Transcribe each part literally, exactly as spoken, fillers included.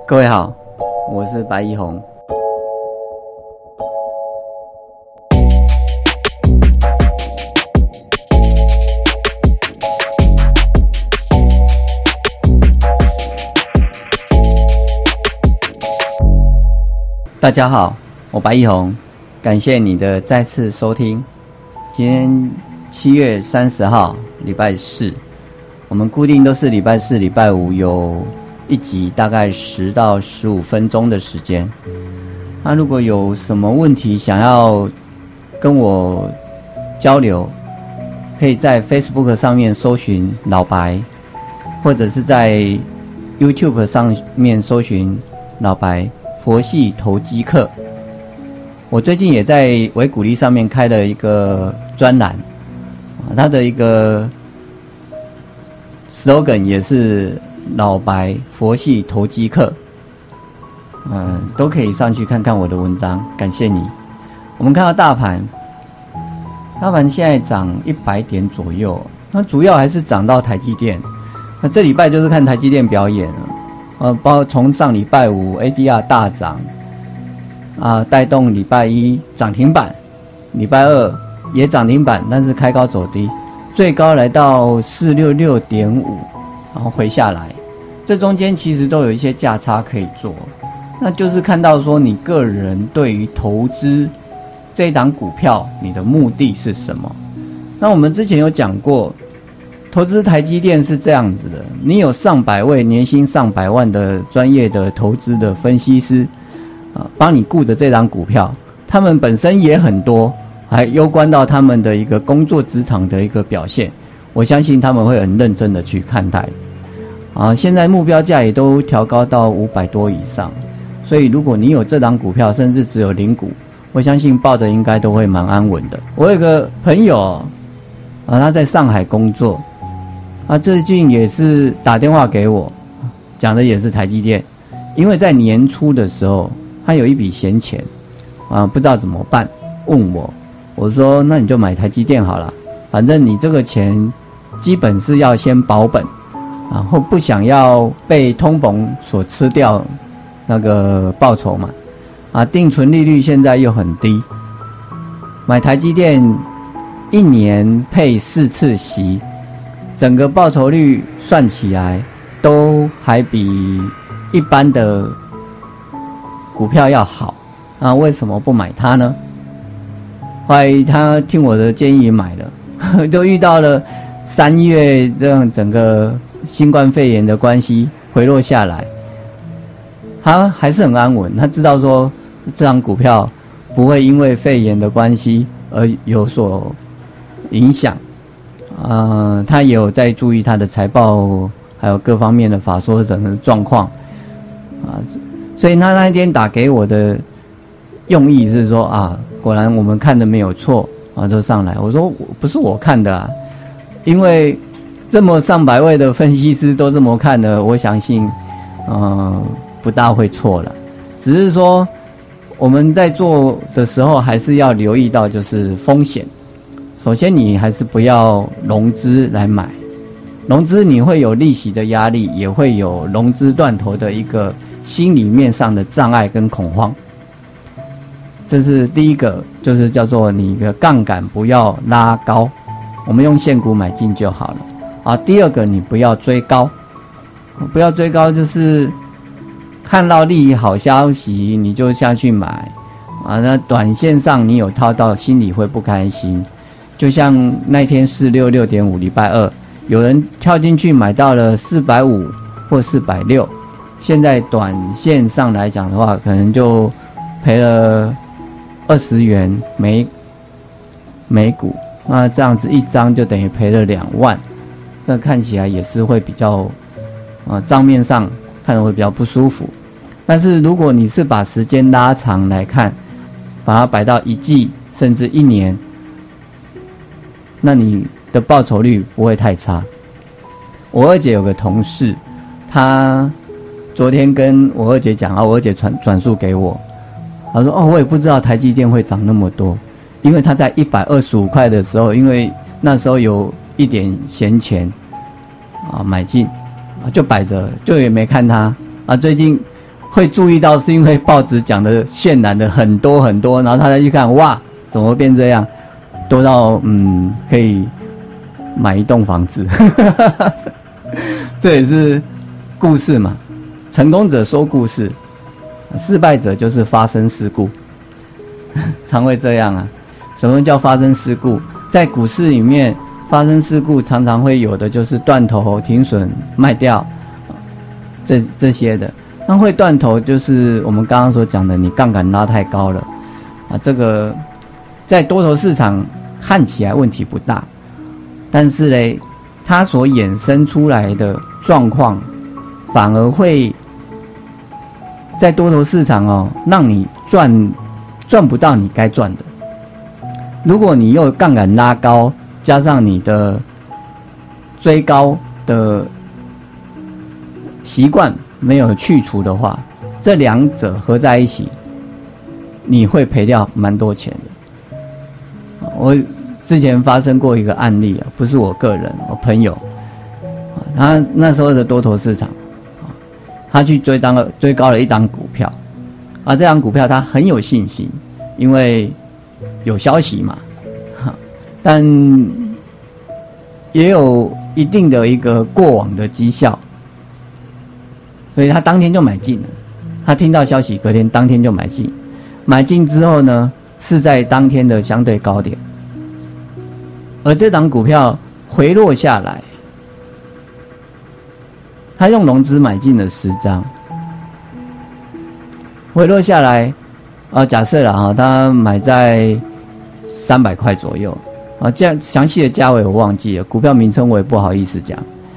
各位好，我是白一红。大家好，我白一红，感谢你的再次收听。今天七月三十号，礼拜四，我们固定都是礼拜四、礼拜五有一集，大概十到十五分钟的时间。那如果有什么问题想要跟我交流，可以在 Facebook 上面搜寻老白，或者是在 YouTube 上面搜寻老白佛系投机客。我最近也在维鼓励上面开了一个专栏，它的一个 slogan 也是老白佛系投机客，嗯，都可以上去看看我的文章，感谢你。我们看到大盘，大盘现在涨一百点左右，那主要还是涨到台积电。那这礼拜就是看台积电表演了，呃，包括从上礼拜五 A D R 大涨，啊，带动礼拜一涨停板，礼拜二也涨停板，但是开高走低，最高来到四百六十六点五，然后回下来。这中间其实都有一些价差可以做，那就是看到说你个人对于投资这一档股票，你的目的是什么。那我们之前有讲过，投资台积电是这样子的，你有上百位年薪上百万的专业的投资的分析师啊，帮你顾着这档股票，他们本身也很多，还攸关到他们的一个工作职场的一个表现，我相信他们会很认真的去看待。啊，现在目标价也都调高到五百多以上，所以如果你有这档股票，甚至只有零股，我相信抱的应该都会蛮安稳的。我有个朋友啊，他在上海工作，啊，最近也是打电话给我，讲的也是台积电，因为在年初的时候，他有一笔闲钱，啊，不知道怎么办，问我，我说那你就买台积电好了，反正你这个钱基本是要先保本。然后不想要被通膨所吃掉那个报酬嘛，啊，定存利率现在又很低，买台积电一年配四次息，整个报酬率算起来都还比一般的股票要好，啊，为什么不买它呢？后来他听我的建议买了，都遇到了三月这样整个新冠肺炎的关系回落下来，他还是很安稳，他知道说这张股票不会因为肺炎的关系而有所影响，呃，他也有在注意他的财报还有各方面的法说等的状况，啊，所以他那一天打给我的用意是说啊，果然我们看的没有错啊，都上来。我说不是我看的啊，因为这么上百位的分析师都这么看的，我相信，呃，不大会错了。只是说我们在做的时候，还是要留意到就是风险。首先，你还是不要融资来买，融资你会有利息的压力，也会有融资断头的一个心里面上的障碍跟恐慌。这是第一个，就是叫做你的杠杆不要拉高，我们用现股买进就好了。啊，第二个你不要追高，不要追高就是看到利好消息你就下去买，啊，那短线上你有套到，心里会不开心。就像那天四百六十六点五，礼拜二有人跳进去买到了四百五或四百六，现在短线上来讲的话，可能就赔了二十元每每股，那这样子一张就等于赔了两万。那看起来也是会比较，呃，账面上看得会比较不舒服。但是如果你是把时间拉长来看，把它摆到一季甚至一年，那你的报酬率不会太差。我二姐有个同事，她昨天跟我二姐讲啊，我二姐传转述给我，她说哦，我也不知道台积电会涨那么多，因为她在一百二十五块的时候，因为那时候有一点闲钱啊，买进啊，就摆着，就也没看它啊。最近会注意到，是因为报纸讲的渲染的很多很多，然后他再去看，哇，怎么会变这样？多到嗯，可以买一栋房子。这也是故事嘛，成功者说故事，失败者就是发生事故，常会这样啊。什么叫发生事故？在股市里面发生事故，常常会有的就是断头、停损、卖掉，这这些的。那会断头就是我们刚刚所讲的，你杠杆拉太高了啊。这个在多头市场看起来问题不大，但是嘞，它所衍生出来的状况，反而会在多头市场哦，让你赚赚不到你该赚的。如果你又杠杆拉高，加上你的追高的习惯没有去除的话，这两者合在一起，你会赔掉蛮多钱的。我之前发生过一个案例啊，不是我个人，我朋友，他那时候的多头市场，他去追当了追高了一档股票，啊，这档股票他很有信心，因为有消息嘛，但也有一定的一个过往的绩效，所以他当天就买进了。他听到消息，隔天当天就买进，买进之后呢，是在当天的相对高点，而这档股票回落下来，他用融资买进了十张，回落下来，啊，假设啦哈，他买在三百块左右，啊，这样详细的价位我忘记了，股票名称我也不好意思讲。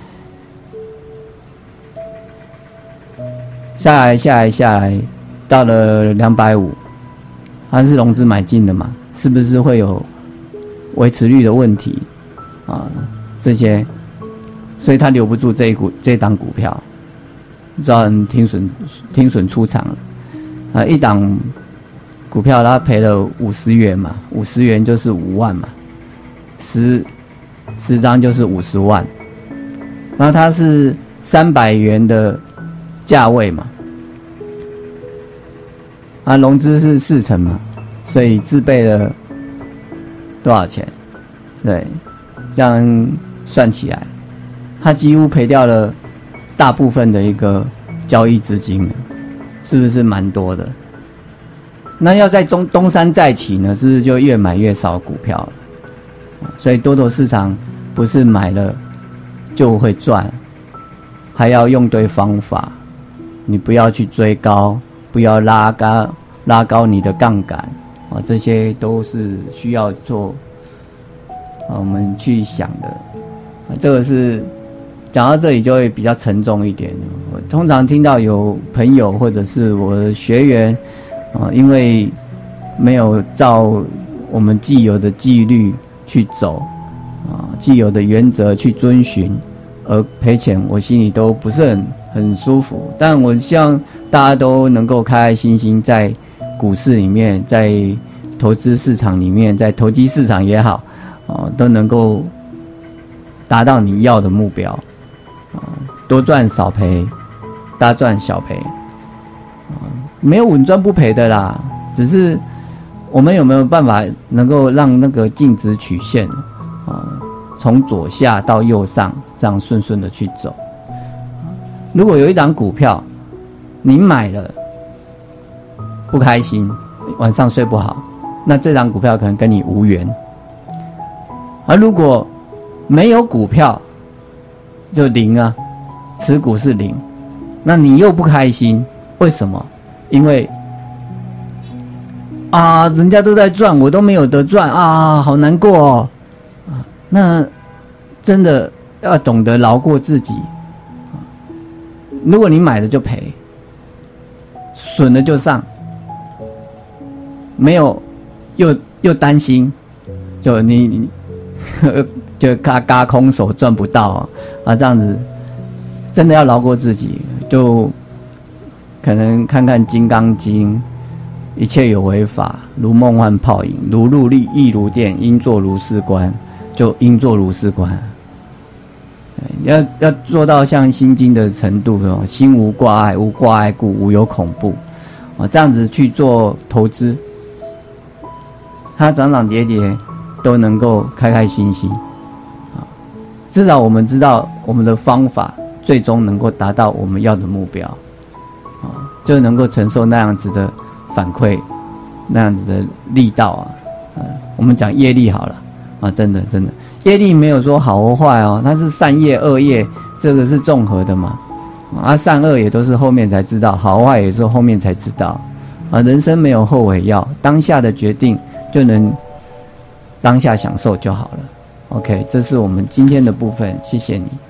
下来下来下来，到了两百五，它是融资买进的嘛，是不是会有维持率的问题啊？这些，所以他留不住这一股这一档股票，造成停损停损出场了啊！一档股票他赔了五十元嘛，五十元就是五万嘛，十十张就是五十万，然后它是三百元的价位嘛，啊，融资是四成嘛，所以自备了多少钱？对，这样算起来，他几乎赔掉了大部分的一个交易资金了，是不是蛮多的？那要在中东山再起呢，是不是就越买越少股票了？所以多头市场不是买了就会赚，还要用对方法。你不要去追高，不要拉高拉高你的杠杆啊，这些都是需要做啊我们去想的。啊，这个是讲到这里就会比较沉重一点。我通常听到有朋友或者是我的学员啊，因为没有照我们既有的纪律去走啊，既有的原则去遵循而赔钱，我心里都不是很很舒服。但我希望大家都能够开开心心，在股市里面，在投资市场里面，在投机市场也好啊，都能够达到你要的目标啊，多赚少赔，大赚小赔啊，没有稳赚不赔的啦，只是我们有没有办法能够让那个净值曲线啊，从左下到右上这样顺顺的去走。如果有一档股票你买了不开心，晚上睡不好，那这档股票可能跟你无缘。而如果没有股票就零啊，持股是零，那你又不开心，为什么？因为啊，人家都在赚，我都没有得赚啊，好难过哦。啊，那真的要懂得饶过自己。如果你买了就赔，损了就上，没有又又担心，就你你就嘎嘎空手赚不到啊，这样子真的要饶过自己，就可能看看《金刚经》。一切有为法，如梦幻泡影，如入亦亦如电，应作如是观，就应作如是观。 要要做到像心经的程度哦，心无挂碍，无挂碍故，无有恐怖啊，这样子去做投资，它涨涨跌跌都能够开开心心啊。至少我们知道我们的方法最终能够达到我们要的目标啊，就能够承受那样子的反馈，那样子的力道啊。啊，我们讲业力好了啊，真的真的。业力没有说好或坏哦，它是善业恶业，这个是综合的嘛。啊，善恶也都是后面才知道，好坏也是后面才知道。啊，人生没有后悔药，当下的决定就能当下享受就好了。OK， 这是我们今天的部分，谢谢你。